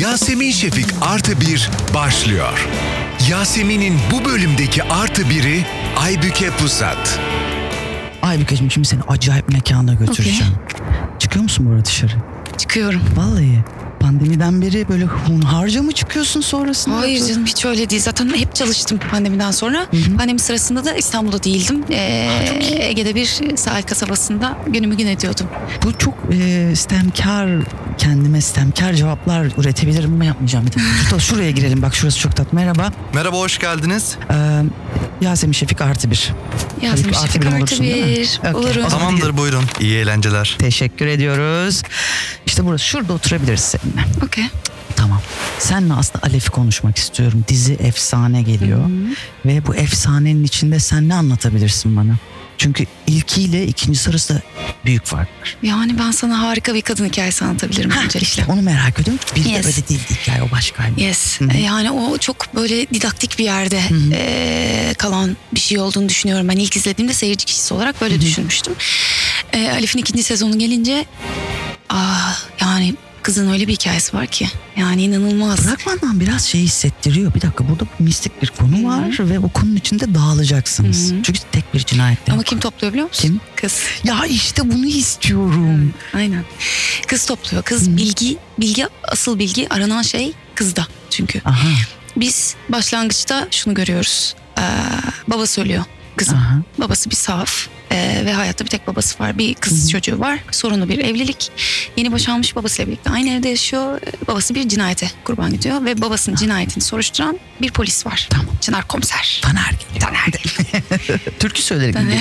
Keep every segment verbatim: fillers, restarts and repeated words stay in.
Yasemin Şefik Artı Bir başlıyor. Yasemin'in bu bölümdeki artı biri Aybüke Pusat. Aybükeciğim, şimdi seni acayip mekana götüreceğim. Okay. Çıkıyor musun bu arada dışarı? Çıkıyorum. Vallahi. Pandemiden beri böyle hunharca mı çıkıyorsun sonrasında? Hayır canım, hiç öyle değil. Zaten hep çalıştım pandemiden sonra. Hı-hı. Pandemi sırasında da İstanbul'da değildim. Ee, Ege'de bir sahil kasabasında günümü gün ediyordum. Bu çok e, istemkar, kendime istemkar cevaplar üretebilirim ama yapmayacağım. Bir de şuraya girelim, bak şurası çok tatlı. Merhaba. Merhaba, hoş geldiniz. Ee, Yasemin Şefik Artı Bir. Yasemin Şefik Artı Bir. Okay. Olurum. Tamamdır, buyurun. İyi eğlenceler. Teşekkür ediyoruz. İşte burası, şurada oturabiliriz seninle. Okey. Tamam. Seninle aslında Alef'i konuşmak istiyorum. Dizi efsane geliyor. Hı-hı. Ve bu efsanenin içinde sen ne anlatabilirsin bana? Çünkü ilkiyle ikincisi arasında büyük fark var. Yani ben sana harika bir kadın hikayesi anlatabilirim ha, öncelikle. İşte onu merak ediyorum. Bir yes. de öyle değildi hikaye, o başkaydı. Yes. Hı-hı. Yani o çok böyle didaktik bir yerde e, kalan bir şey olduğunu düşünüyorum. Ben ilk izlediğimde seyirci kişisi olarak böyle Hı-hı. düşünmüştüm. E, Alef'in ikinci sezonu gelince ah, yani kızın öyle bir hikayesi var ki. Yani inanılmaz. Fragmandan biraz şey hissettiriyor. Bir dakika, burada mistik bir konu Hı-hı. var ve o konunun içinde dağılacaksınız. Hı-hı. Çünkü tek bir cinayet. Ama yok. kim topluyor biliyor musun? Kim? Kız. Ya işte bunu istiyorum. Hı, aynen. Kız topluyor. Kız Hı-hı. bilgi, bilgi asıl bilgi aranan şey kızda çünkü. Aha. Biz başlangıçta şunu görüyoruz. Ee, baba söylüyor kızım. Aha. Babası bir saf. Ee, ve hayatta bir tek babası var. Bir kız Hı-hı. çocuğu var. Sorunlu bir evlilik. Yeni boşanmış, babasıyla birlikte aynı evde yaşıyor. Babası bir cinayete kurban gidiyor. Ve babasının cinayetini soruşturan bir polis var. Tamam. Çınar komiser. Taner geliyor. Taner geliyor. Türkü söylerim geliyor.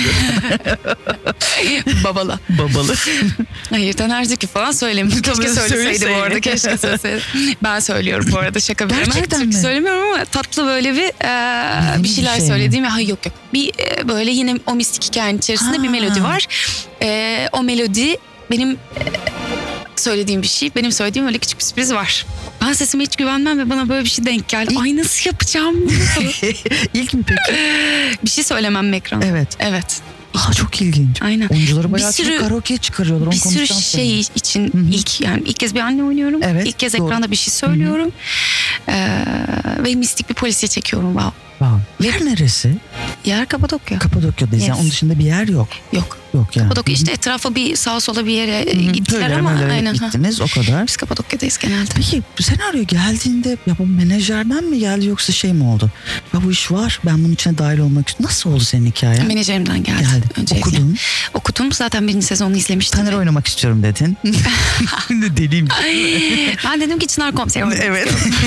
Babala. Babalı. Hayır, Taner Zeki falan söylemiyor. Keşke söyleseydi bu arada. Keşke söyleseydi. Ben söylüyorum bu arada, şaka bir yana. Gerçekten mi? Türkü söylemiyorum ama tatlı böyle bir e, bir şeyler bir şey söylediğim. Hayır, yok yok. Bir e, böyle yine o mistik hikayenin içerisinde ha. bir melodi var. E, o melodi benim e, söylediğim bir şey. Benim söylediğim öyle küçük bir sürpriz var. Ben sesime hiç güvenmem ve bana böyle bir şey denk geldi. İlk... Ay nasıl yapacağım? İlk mi peki? Bir şey söylemem ekranda. Evet. Evet. Aa, çok ilginç. Aynen. Oyuncuları bayağı sürü, karaoke çıkarıyorlar. Bir sürü şey senin. için Hı-hı. ilk yani ilk kez bir anne oynuyorum. Evet, ilk kez doğru. ekranda bir şey söylüyorum. Ee, ve mistik bir polisiye çekiyorum. Wow. Wow. Yer neresi? Yer Kapadokya. Kapadokya'dayız. Yes. Yani onun dışında bir yer yok. Yok. Yok yani. Kapadokya işte etrafa bir sağa sola bir yere Hı-hı. gittiler Öyle, ama aynen. Gittiniz o kadar. Biz Kapadokya'dayız genelde. Peki bu senaryo geldiğinde ya bu menajerden mi geldi yoksa şey mi oldu? Ya bu iş var, ben bunun içine dahil olmak istiyorum. Nasıl oldu senin hikayen? Menajerimden geldi. geldi. Öncelikle. Okudun. Okudum, zaten birinci sezonu izlemiştim. Taner oynamak istiyorum dedin. Deliyim. Ben dedim ki Çınar komiser oynamak evet.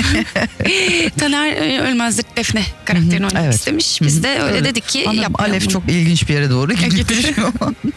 Taner Ölmez'dir Defne karakterini oynamak evet. istemiş. Biz de öyle, öyle dedik ki yapmayalım. Alef çok ilginç bir yere doğru gidiyor.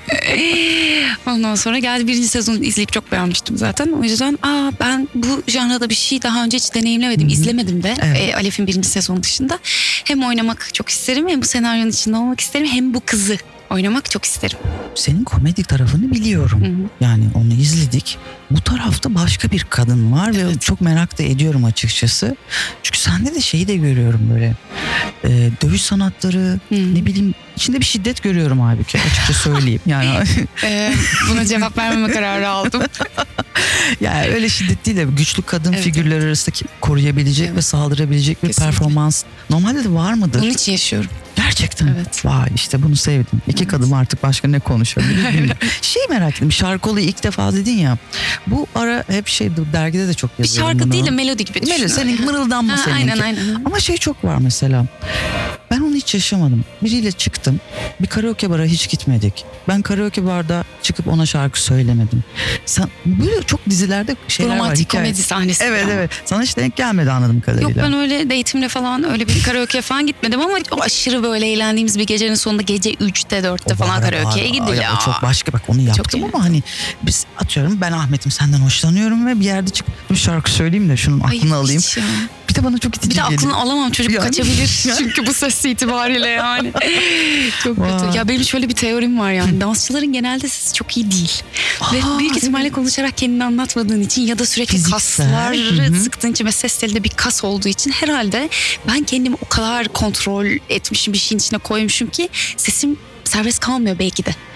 Ondan sonra geldi, birinci sezonu izleyip çok beğenmiştim zaten. O yüzden aa ben bu janrada bir şey daha önce hiç deneyimlemedim. Hı-hı. İzlemedim de evet. e, Alef'in birinci sezonu dışında. Hem oynamak çok isterim, hem bu senaryonun içinde olmak isterim, hem bu kızı oynamak çok isterim. Senin komedi tarafını biliyorum. Hı-hı. Yani onu izledik. Bu tarafta başka bir kadın var evet. ve çok merak da ediyorum açıkçası. Çünkü sende de şeyi de görüyorum böyle. E, dövüş sanatları, Hı-hı. ne bileyim, içinde bir şiddet görüyorum halbuki, açıkça söyleyeyim. Yani ee, buna cevap vermeme kararı aldım. Yani öyle şiddet değil de güçlü kadın evet, figürler evet. arasındaki koruyabilecek evet. ve saldırabilecek bir Kesinlikle. performans normalde de var mıdır? Bunun için yaşıyorum. Gerçekten. Evet. Vay, işte bunu sevdim. İki evet. kadın artık başka ne konuşabilir? Şey merak ettim. Şarkı olayı ilk defa dedin ya. Bu ara hep şey, dergide de çok yazıyorum. Bir şarkı bunu. değil de melodi gibi düşün. Melodi. Senin mırıldanma ha, seninki. Aynen aynen. Ama şey çok var mesela. Ben onu hiç yaşamadım. Biriyle çıktım. Bir karaoke bara hiç gitmedik. Ben karaoke barda çıkıp ona şarkı söylemedim. Sen, böyle çok dizilerde şeyler romantik var. Romantik komedi sahnesi. Evet falan. Evet. Sana hiç denk gelmedi anladığım kadarıyla. Yok, ben öyle date'imle falan öyle bir karaoke falan gitmedim ama o aşırı böyle eğlendiğimiz bir gecenin sonunda gece üçte dörtte falan karaoke'ye gidiliyor. O çok başka, bak onu yaptım ama hani biz atıyorum, ben Ahmet'im senden hoşlanıyorum ve bir yerde çıkıp bir şarkı söyleyeyim de şunun aklını Ay, alayım. Ya. Bir de bana çok itici geliyor. Bir de geliyor. aklını alamam, çocuk yani. Kaçabilir çünkü bu ses itibariyle yani. Çok wow. kötü. Ya benim şöyle bir teorim var yani. Dansçıların genelde sesi çok iyi değil. Aa, ve büyük ihtimalle evet. konuşarak kendini anlatmadığın için ya da sürekli Fiziksel. kasları Hı-hı. sıktığın için ve ses telinde bir kas olduğu için herhalde ben kendimi o kadar kontrol etmişim, bir şeyin içine koymuşum ki sesim serbest kalmıyor belki de. Aa,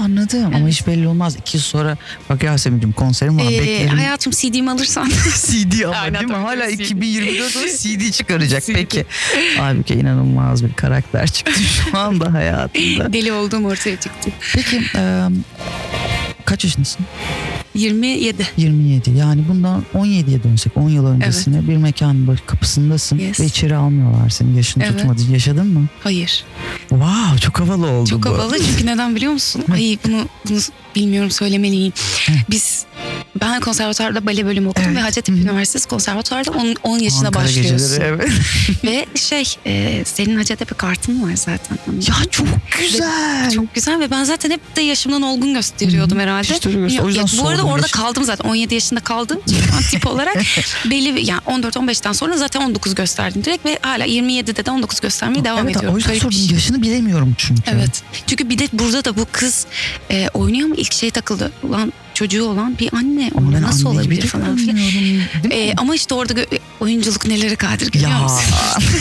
anladım ama Evet. hiç belli olmaz. İki yıl sonra bak Yasemin'cim konserim var Ee, beklerim. hayatım C D'mi alırsan. C D ama Aynen, değil mi? tabii, Hala tabii, C D. iki bin yirmi dört C D çıkaracak C D. peki. Aybüke inanılmaz bir karakter çıktı şu anda hayatında. Deli olduğum ortaya çıktı. Peki e, kaç yaşındasın? yirmi yedi. yirmi yedi. Yani bundan on yediye dönsek on yıl öncesine bir mekanın baş- kapısındasın Yes. ve içeri almıyorlar seni. Yaşını Evet. tutmadı. Yaşadın mı? Hayır. Wow, çok havalı oldu Çok bu. havalı çünkü neden biliyor musun? Ay bunu, bunu bilmiyorum söylemeliyim. Biz ben konservatuvarda bale bölümü okudum Evet. ve Hacettepe Hı hı. Üniversitesi konservatuvarda on yaşına Ankara başlıyorsun. geceleri, evet. Ve şey e, senin Hacettepe kartın var zaten. Ya çok güzel. Çok güzel ve ben zaten hep de yaşımdan olgun gösteriyordum Hı hı. herhalde. Hiç de öyle göster- o yüzden Ya, bu arada sordum orada yaşını. kaldım zaten. on yedi yaşında kaldım. Tip olarak belli bir- yani on dört on beşten sonra zaten on dokuz gösterdim direkt ve hala yirmi yedide de on dokuz göstermeye devam Evet, ediyorum. o yüzden Garip bir sordum. şey. Yaşını bilemiyorum çünkü. Evet. Çünkü bir de burada da bu kız e, oynuyor mu ilk şey takıldı. Ulan çocuğu olan bir anne. Ama Ona ben nasıl anne gibi olabilir de falan filan. görmüyorum, değil mi? E, ama işte orada gö- oyunculuk nelere kadir görüyor Ya. musun?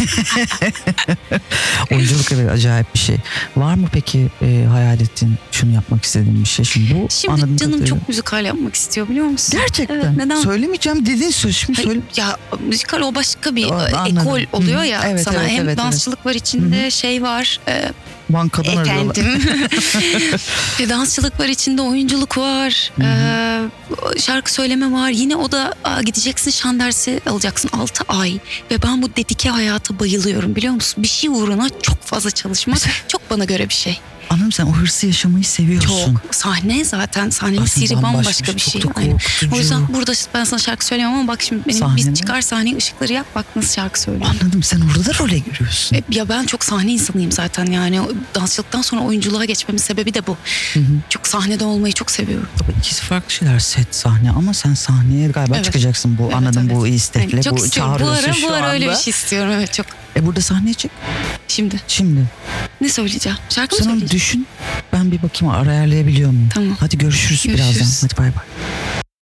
Oyunculuk evet acayip bir şey. Var mı peki e, hayal ettiğin, şunu yapmak istediğin bir şey? Şimdi bu Şimdi anladığım canım kadarıyla- çok müzikal yapmak istiyor biliyor musun? Gerçekten. Evet, neden? Söylemeyeceğim dediğin söz şimdi Hayır, söyle. ya müzikal o başka bir O- e, anladım. ekol oluyor Hı hı. ya Evet, sana. evet, Hem evet, dansçılık var içinde şey var. E, Bankadan arıyorlar. efendim. e, dansçılık var içinde oyunculuk var. Hı E, şarkı söyleme var. Yine o da a, gideceksin şan dersi alacaksın altı ay. Ve ben bu dedike hayata bayılıyorum biliyor musun? Bir şey uğruna çok fazla çalışmak çok bana göre bir şey. Anladım, sen o hırsı yaşamayı seviyorsun. Çok. Sahne zaten sahnenin Aslında sihri bambaşka bambaşka, bir çok şey. da Aynen. korkutucu. O yüzden burada ben sana şarkı söyleyemem ama bak şimdi benim, Sahnede. biz çıkar sahneye ışıkları yak bak nasıl şarkı söylüyorum. Anladım, sen orada da role giriyorsun. E, Ya ben çok sahne insanıyım zaten yani dansçılıktan sonra oyunculuğa geçmemin sebebi de bu. Hı hı. Çok sahnede olmayı çok seviyorum. Tabii ikisi farklı şeyler, set, sahne, ama sen sahneye galiba Evet. çıkacaksın bu Evet, anladım evet. bu istekle, Yani çok bu istiyorum. Bu çağırıyorsun ara şu bu ara anda. öyle bir şey istiyorum evet çok. E burada sahneye çık Şimdi şimdi. ne söyleyeceğim? Şarkı mı Sen onu söyleyeceğim? düşün, ben bir bakayım ara ayarlayabiliyor muyum? Tamam. Hadi görüşürüz, Görüşürüz. birazdan. Hadi bay bay.